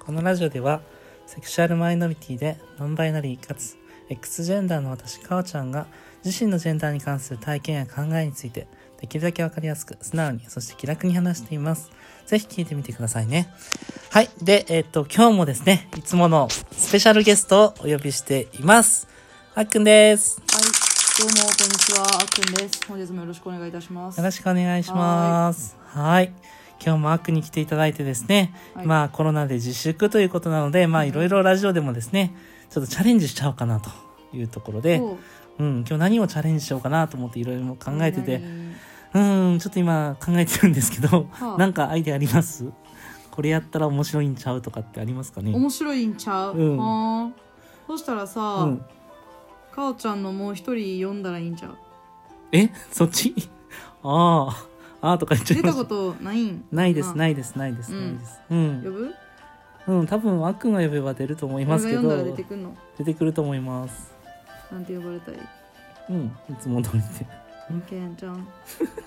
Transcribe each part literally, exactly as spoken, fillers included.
このラジオではセクシュアルマイノリティでノンバイナリーかつ X ジェンダーの私かおちゃんが自身のジェンダーに関する体験や考えについてできるだけわかりやすく素直にそして気楽に話しています。ぜひ聞いてみてくださいね。はい。で、えっと今日もですね、いつものスペシャルゲストをお呼びしています。あっくんです。 はい、どうもこんにちは、あっくんです。本日もよろしくお願いいたします。 よろしくお願いします。はい。今日もあっくんに来ていただいてですね、はい、まあコロナで自粛ということなので、まあいろいろラジオでもですね、ちょっとチャレンジしちゃおうかなというところで、うん、今日何をチャレンジしようかなと思っていろいろ考えてて、うん、ちょっと今考えてるんですけど、はあ、なんかアイデアあります？これやったら面白いんちゃうとかってありますかね？ 面白いんちゃう？うん。はあ、そしたらさ、うん、かおちゃんのもう一人読んだらいいんちゃう？ え？そっち？ああ。あーとか言っちゃいました。 出たことないん？ ないですないですないですないです。うん。 呼ぶ？ うん、多分あっくんが呼べば出ると思いますけど。 俺が読んだら出てくるの？ 出てくると思います。 なんて呼ばれたい？ うん、いつも通りで。 けんちゃん。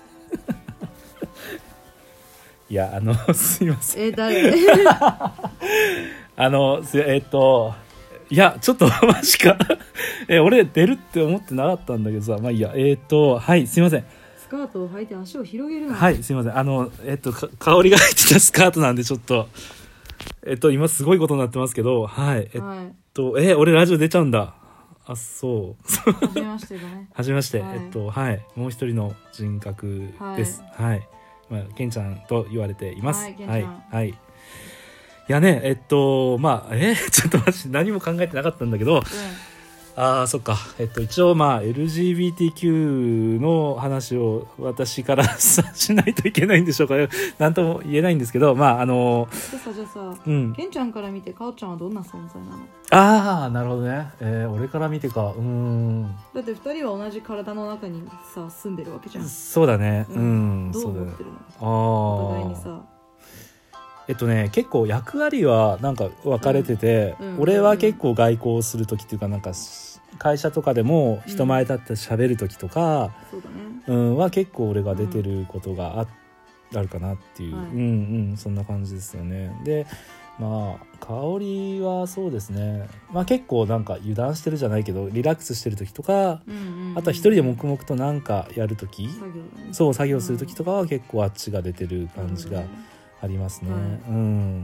いや、あのすいません。 え、誰？ あのえっといやちょっとマジか。え、俺出るって思ってなかったんだけどさ、まあいいや。えっとはいすいません。 スカートを履いて足を広げるの。 はいすいません。あのえっとか香りが入ってたスカートなんでちょっとえっと今すごいことになってますけど、はいえっと、はい、え俺ラジオ出ちゃうんだ。あ、そうはじめましてだね。 はじめまして、はい、えっとはいもう一人の人格です。はい、はい、まあケンちゃんと言われています。はい、はい、はい。いやねえっとまあえちょっとマジ何も考えてなかったんだけど、うん、ああそっかえっと一応まあ エルジービーティーキュー の話を私からしないといけないんでしょうか。なんとも言えないんですけど、まああのじゃあさじゃあさ、 うん、 ケンちゃんから見てかおちゃんはどんな存在なの？ ああなるほどね、えー、俺から見てかうーんだってふたりは同じ体の中にさ住んでるわけじゃん。 そうだね、うん、うん、 どう思ってるの？ ああお互いにさえっとね結構役割はなんか分かれてて、うんうんうんうん、俺は結構外交する時っていうかなんか会社とかでも人前立って喋る時とか、 うんそうだねうん、は結構俺が出てることが あ,、うん、あるかなっていう、はい、うんうんそんな感じですよね。でまあ香りはそうですね、まあ、結構なんか油断してるじゃないけどリラックスしてる時とか、うんうんうん、あとは一人で黙々となんかやる時作業、ね、そう作業する時とかは結構あっちが出てる感じがありますね、うん、うん、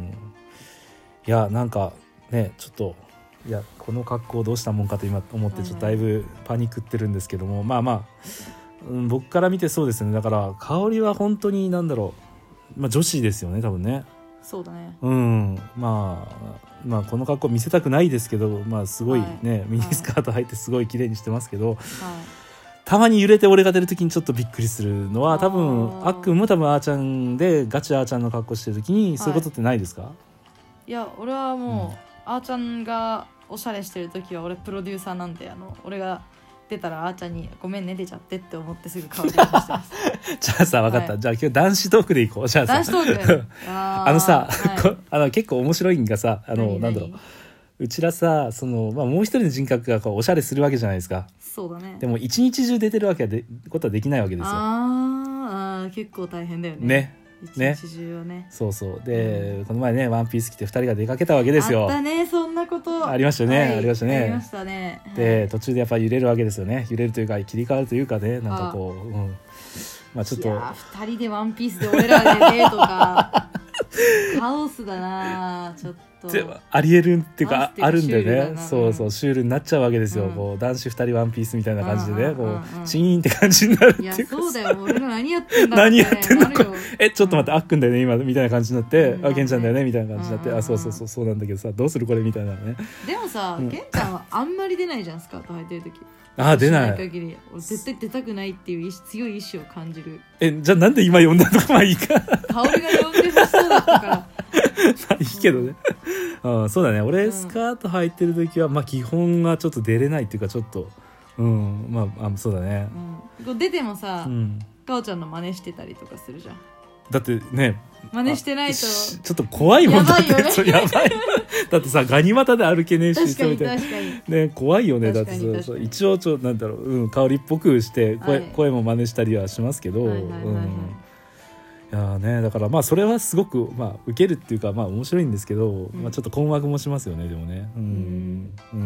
いやなんかねちょっといやこの格好どうしたもんかと今思ってちょっとだいぶパニックってるんですけども、まあまあ、うん、僕から見てそうですね。だから香りは本当になんだろう、まあ、女子ですよね多分ね。 そうだね、 うん、まあまあこの格好見せたくないですけど、まあすごいね、はい、ミニスカート履いてすごい綺麗にしてますけど、はい、たまに揺れて俺が出るときにちょっとびっくりするのは多分あっくんも多分あーちゃんでガチあーちゃんの格好してるときにそういうことってないですか？はい、 いや俺はもう、うん、あーちゃんがおしゃれしてるときは俺プロデューサーなんで、あの俺が出たらあーちゃんにごめんね出ちゃってって思ってすぐ顔で話してますじゃあさ分かった、はい、じゃあ今日男子トークでいこう。じゃあさ男子トークああのさ、はい、あの結構面白いんがさあのなんだろううちらさその、まあ、もう一人の人格がこうおしゃれするわけじゃないですか。 そうだね。 でも一日中出てるわけはでことはできないわけですよ。 ああ結構大変だよね。 ね一日中はね、ねそうそうで、うん、この前ねワンピース着てふたりが出かけたわけですよ。 あったねそんなことありましたね、はい、ありましたねありましたね、 で、はい、途中でやっぱり揺れるわけですよね。揺れるというか切り替わるというかねなんかこう、うん、まあちょっといやふたりでワンピースで俺らでデートかカオスだなちょっとありえるっていうかあるんだよね。そうそうシュールになっちゃうわけですよ、うん、こう男子ふたりワンピースみたいな感じでね、うん、こう、うん、チーンって感じになるっていうか。いやそうだよ俺ら何やってんだろう、ね、 何やってんのえちょっと待って、うん、あっくんだよね今みたいな感じになって、うん、あけんちゃんだよねみたいな感じになって、うん、あそうそうそうそうなんだけどさどうするこれみたいなね。 でもさ、うん、けんちゃんはあんまり出ないじゃんスカート履いてる時。 ああ出ない。 限り俺絶対出たくないっていう意志強い意志を感じる。 えじゃあなんで今呼んだのかまあいいか香りが呼んでほしそうだったからまあいいけどね、うん、そうだね俺スカート履いてる時は、まあ基本はちょっと出れないっていうかちょっとうんまああそうだね、 うん、出てもさ、 うん、 かおちゃんの真似してたりとかするじゃん。 だってね真似してないとちょっと怖いもんだって。やばいよねやばいだってさガニ股で歩けねえし確かに確かに、 ね、怖いよね。だってそうそう一応ちょなんだろう、うん、香りっぽくして 声,、はい、声も真似したりはしますけど、はいはいはいはい、うん、 いやね、だからまあそれはすごくまあ受けるっていうかまあ面白いんですけど、 うん、 まあ、ちょっと困惑もしますよねでもね。うん、うん、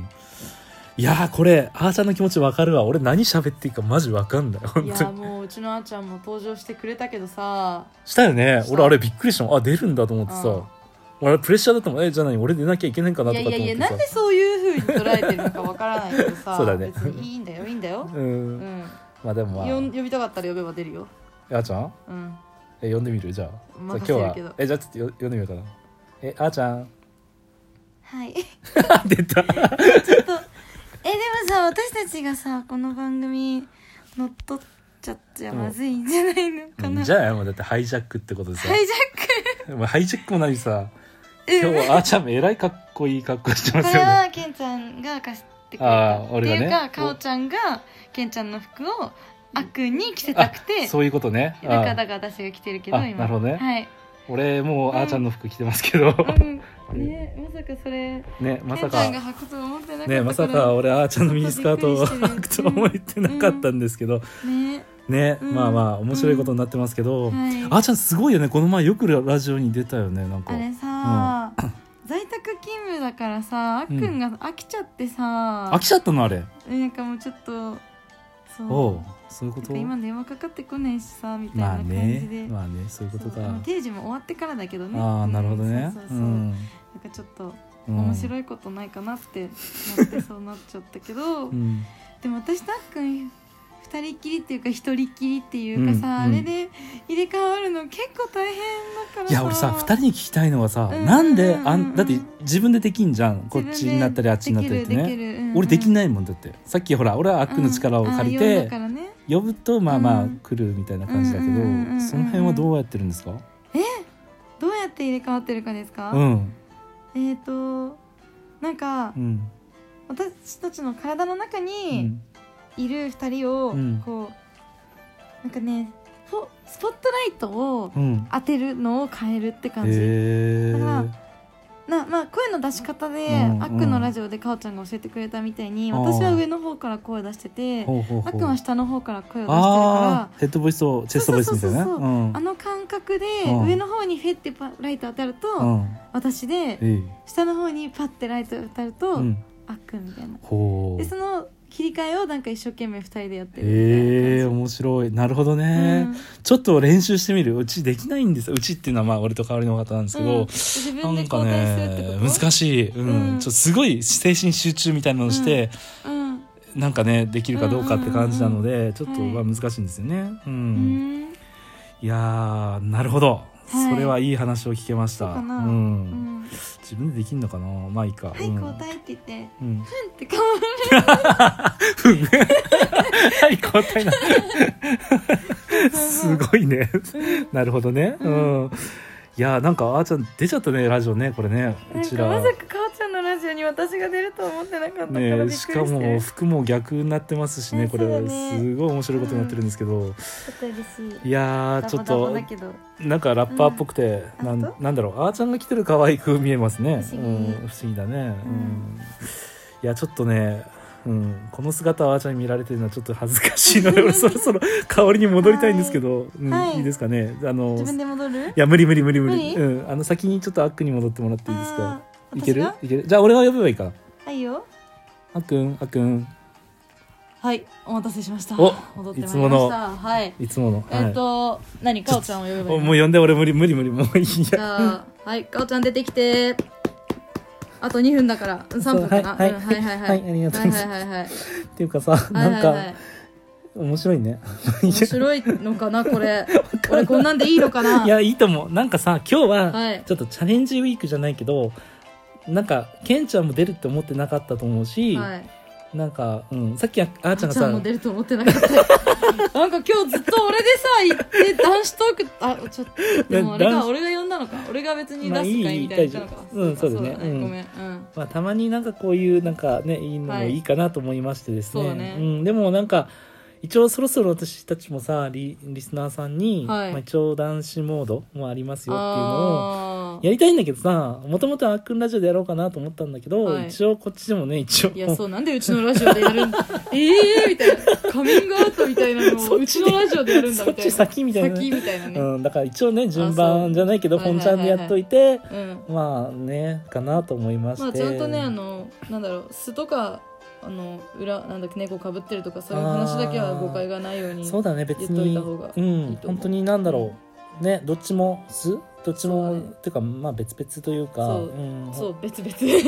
いやこれあーちゃんの気持ち分かるわ。俺何喋っていいかマジ分かんない本当に。 いやもううちのあーちゃんも登場してくれたけどさしたよね。俺あれびっくりしたもん。あ出るんだと思ってさ、俺プレッシャーだったもん。えじゃあ何俺出なきゃいけないかなとかと思ってさ。 いやいやいやなんでそういう風に捉えてるのか分からないけどさそうだね、 別にいいんだよいいんだよ、 うん、うん、まあでもまあ呼びたかったら呼べば出るよ。 あーちゃん、 うん、 え呼んでみるじゃあ。 任せじゃあ今日はるけどえじゃあちょっとよ呼んでみようかな。えあーちゃんはい出たちょっとえでもさ私たちがさこの番組乗っ取っちゃっちゃまずいんじゃないのかな。 じゃあもうだってハイジャックってことでさ。 ハイジャックハイジャックも何さ今日はあーちゃんもえらいかっこいい格好してますよね。 これはケンちゃんが貸してくれたって俺がねいうかかおちゃんがケンちゃんの服をあっくんに着せたくてそういうことね。 だからだから私が着てるけど今なるほどね、 はい、 俺もうあーちゃんの服着てますけど、 うんうん、ねまさかそれねまさかケンちゃんが履くと思ってなかったからねまさか俺あーちゃんのミニスカートを履くとは思ってなかったんですけど、 うん、ねね、うん、まあまあ面白いことになってますけど、うんはい、あーちゃんすごいよね。この前よくラジオに出たよね。なんかあれさ、うん、在宅勤務だからさあっくんが飽きちゃってさ、 うん、飽きちゃったのあれ。 なんかもうちょっとそうおそういうこと。 今電話かかってこないしさみたいな感じで、 まあね、まあねそういうことか。 定時も終わってからだけどね。 ああなるほどね。 そうそうそう、うん、なんかちょっと面白いことないかなってなってそうなっちゃったけど、うん、でも私とあっくん二人きりっていうか一人きりっていうかさ、うんうん、あれで入れ替わるの結構大変だからさ。 いや俺さ二人に聞きたいのはさ、うん、なんであんだって自分でできんじゃん。こっちになったりあっちになったりってね、うんうん、俺できないもんだって。さっきほら俺はあっくんの力を借りて、うんね、呼ぶとまあまあ来るみたいな感じだけど、その辺はどうやってるんですか。 えどうやって入れ替わってるかですか。 うん、 えっ、ー、となんか、うん、私たちの体の中に、うんいるふたりを、うん、こうなんかねスポットライトを当てるのを変えるって感じ、うん、だからな、まあ、声の出し方で、うん、あっくんのラジオでかおちゃんが教えてくれたみたいに、うん、私は上の方から声を出してて、あっくんは下の方から声を出してるからヘッドボイスとチェストボイスみたいな、 あの感覚で、うん、上の方にフェってライト当たると、うん、私で、うん、下の方にパッてライト当たると、うん、あっくんみたいなでその切り替えをなんか一生懸命ふたりでやってるみたいな感じ。 えー、面白い。なるほどね、うん、ちょっと練習してみる。うちできないんですよ。うちっていうのはまあ俺と代わりの方なんですけど、うん、 自分で交代するってこと？ なんかね難しい、うんうん、ちょっとすごい精神集中みたいなのをして、うんうん、なんかねできるかどうかって感じなので、うんうんうん、ちょっとまあ難しいんですよね、はいうん、いやーなるほど、はい、それはいい話を聞けました。 そうかな、 うんうん自分でできんのかな。まあいいか。 はい、交代って言って、うん、ふんって変わる。ふん。はい、交代な。すごいね。なるほどね。うん。いやなんかあーちゃん出ちゃったねラジオねこれね。 うちら。まさかかおちゃんのラジオに私が出ると思ってなかったからびっくりしてる。 ねしかも服も逆になってますしねこれすごい面白いことになってるんですけど。うん、いやーちょっとなんかラッパーっぽくて、うん、なんなんだろうあーちゃんが着てる可愛く見えますね。 不思議、 うん、不思議だね。うん、いやちょっとね。うん、この姿をあーちゃんに見られてるのはちょっと恥ずかしいのでそろそろ香りに戻りたいんですけど、はいうんはい、いいですかね。あの自分で戻る？ いや無理無理無理無理、うん、あの先にちょっとあっくんに戻ってもらっていいですか。いけるいける。じゃあ俺が呼べばいいか。 はいよ。 あっくんあっくんはいお待たせしました。 お戻ってまいりました。はいいつもの、はい、 えっ、ー、と何かおちゃんを呼べばいいの。 もう呼んで俺無理無理無理もういいや。 じゃあはいかおちゃん出てきて。あとにふんだからさんぷんかな。 はいはいはいはいはいありがとうございます。 はいはいはいはいっていうかさなんか面白いね。 面白いのかなこれ。俺こんなんでいいのかな。 いやいいと思う。なんかさ今日はちょっとチャレンジウィークじゃないけど、なんかケンちゃんも出るって思ってなかったと思うし、はい、なんか、うん、さっきあーちゃんがさあーちゃんも出ると思ってなかったなんか今日ずっと俺でさ行って男子トークあちょっとでもあれか俺が呼んだのか俺が別に出すかいみたいな言ったのか、 まあ、いいうんそうだね、うん、 ごめん、うんまあ、たまになんかこういうなんかねいいのもいいかなと思いましてですね、 はいそうだねうん、でもなんか一応そろそろ私たちもさ リ, リスナーさんに、はいまあ、一応男子モードもありますよっていうのをやりたいんだけどさ、もともとあっくんラジオでやろうかなと思ったんだけど、はい、一応こっちでもね一応いやそうなんでうちのラジオでやるんだええーみたいなカミングアウトみたいなのをうちのラジオでやるんだみたいなそっち先みたいな、ね、 先みたいなね、 うん、だから一応ね順番じゃないけど本ちゃんでやっといて、まあねかなと思いまして、まあ、 ちゃんとねあのなんだろう巣とかあの裏なんだっけ猫かぶってるとかそういう話だけは誤解がないようにそうだね別に言っといた方がいいと思う、うん、本当になんだろうねどっちも巣どっちも、ね、っていうかまあ別々というかそう、うん、そう別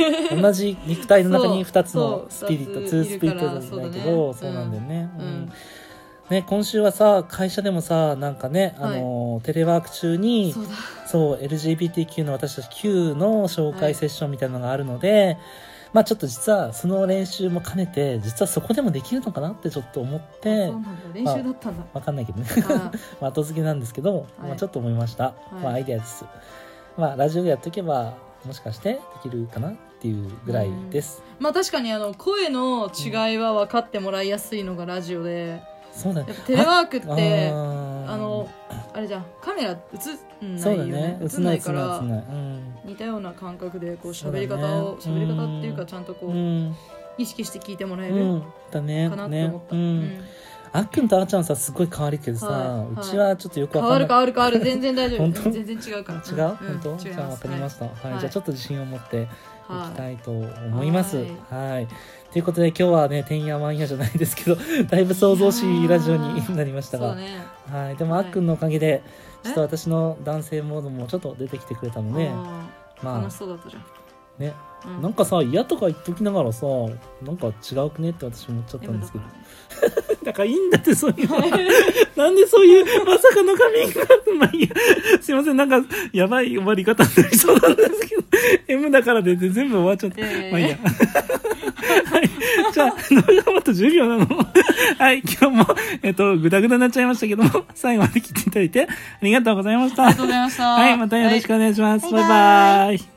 々 同じ肉体の中にふたつのスピリットツースピリットなんだけどそうなんだよね、うんうんね、今週はさ会社でもさなんかね、あのはい、テレワーク中にそうだそう エルジービーティーキュー の私たち Q の紹介セッションみたいなのがあるので、はい、まあちょっと実はその練習も兼ねて実はそこでもできるのかなってちょっと思ってそうなんだ練習だったんだ、 まあ、分かんないけどねまあ後付けなんですけど、はいまあ、ちょっと思いました、はいまあ、アイデアです。まあラジオでやっておけばもしかしてできるかなっていうぐらいです。 まあ確かにあの声の違いは分かってもらいやすいのがラジオで、 そうだね、 テレワークってあのあれじゃんカメラ映んないよね、映んないから似たような感覚でこう喋り方を喋り方っていうかちゃんとこう、うん、意識して聞いてもらえる、うん、だね、かなって思った、ねうんうん、 あっくんとあーちゃんさすごい変わるけどさ、はい、うちはちょっとよくわかんない変わる変わる変わる全然大丈夫全然違うから違う、うん、本当、うん、じゃあわかりました、はいはい、じゃあちょっと自信を持っていきたいと思います。はい、はい、ということで今日はねてんやわんやじゃないですけどだいぶ想像しいラジオになりましたが、ね、はい、でも、はい、あっくんのおかげでちょっと私の男性モードもちょっと出てきてくれたので、 まあ楽しそうだったじゃんね、うん、なんかさ嫌とか言っときながらさなんか違うくねって私思っちゃったんですけどだからいいんだってそういうなんでそういうまさかのカミングアウトまあいいやすいませんなんかやばい終わり方になりそうなんですけどM だからで全部終わっちゃった、えー、まあいいやはい、じゃあ動画がまたじゅうびょうなのはい今日もえっとグダグダになっちゃいましたけども最後まで聞いていただいてありがとうございました。 ありがとうございました。 はいまたよろしくお願いします、はい、バイバイ。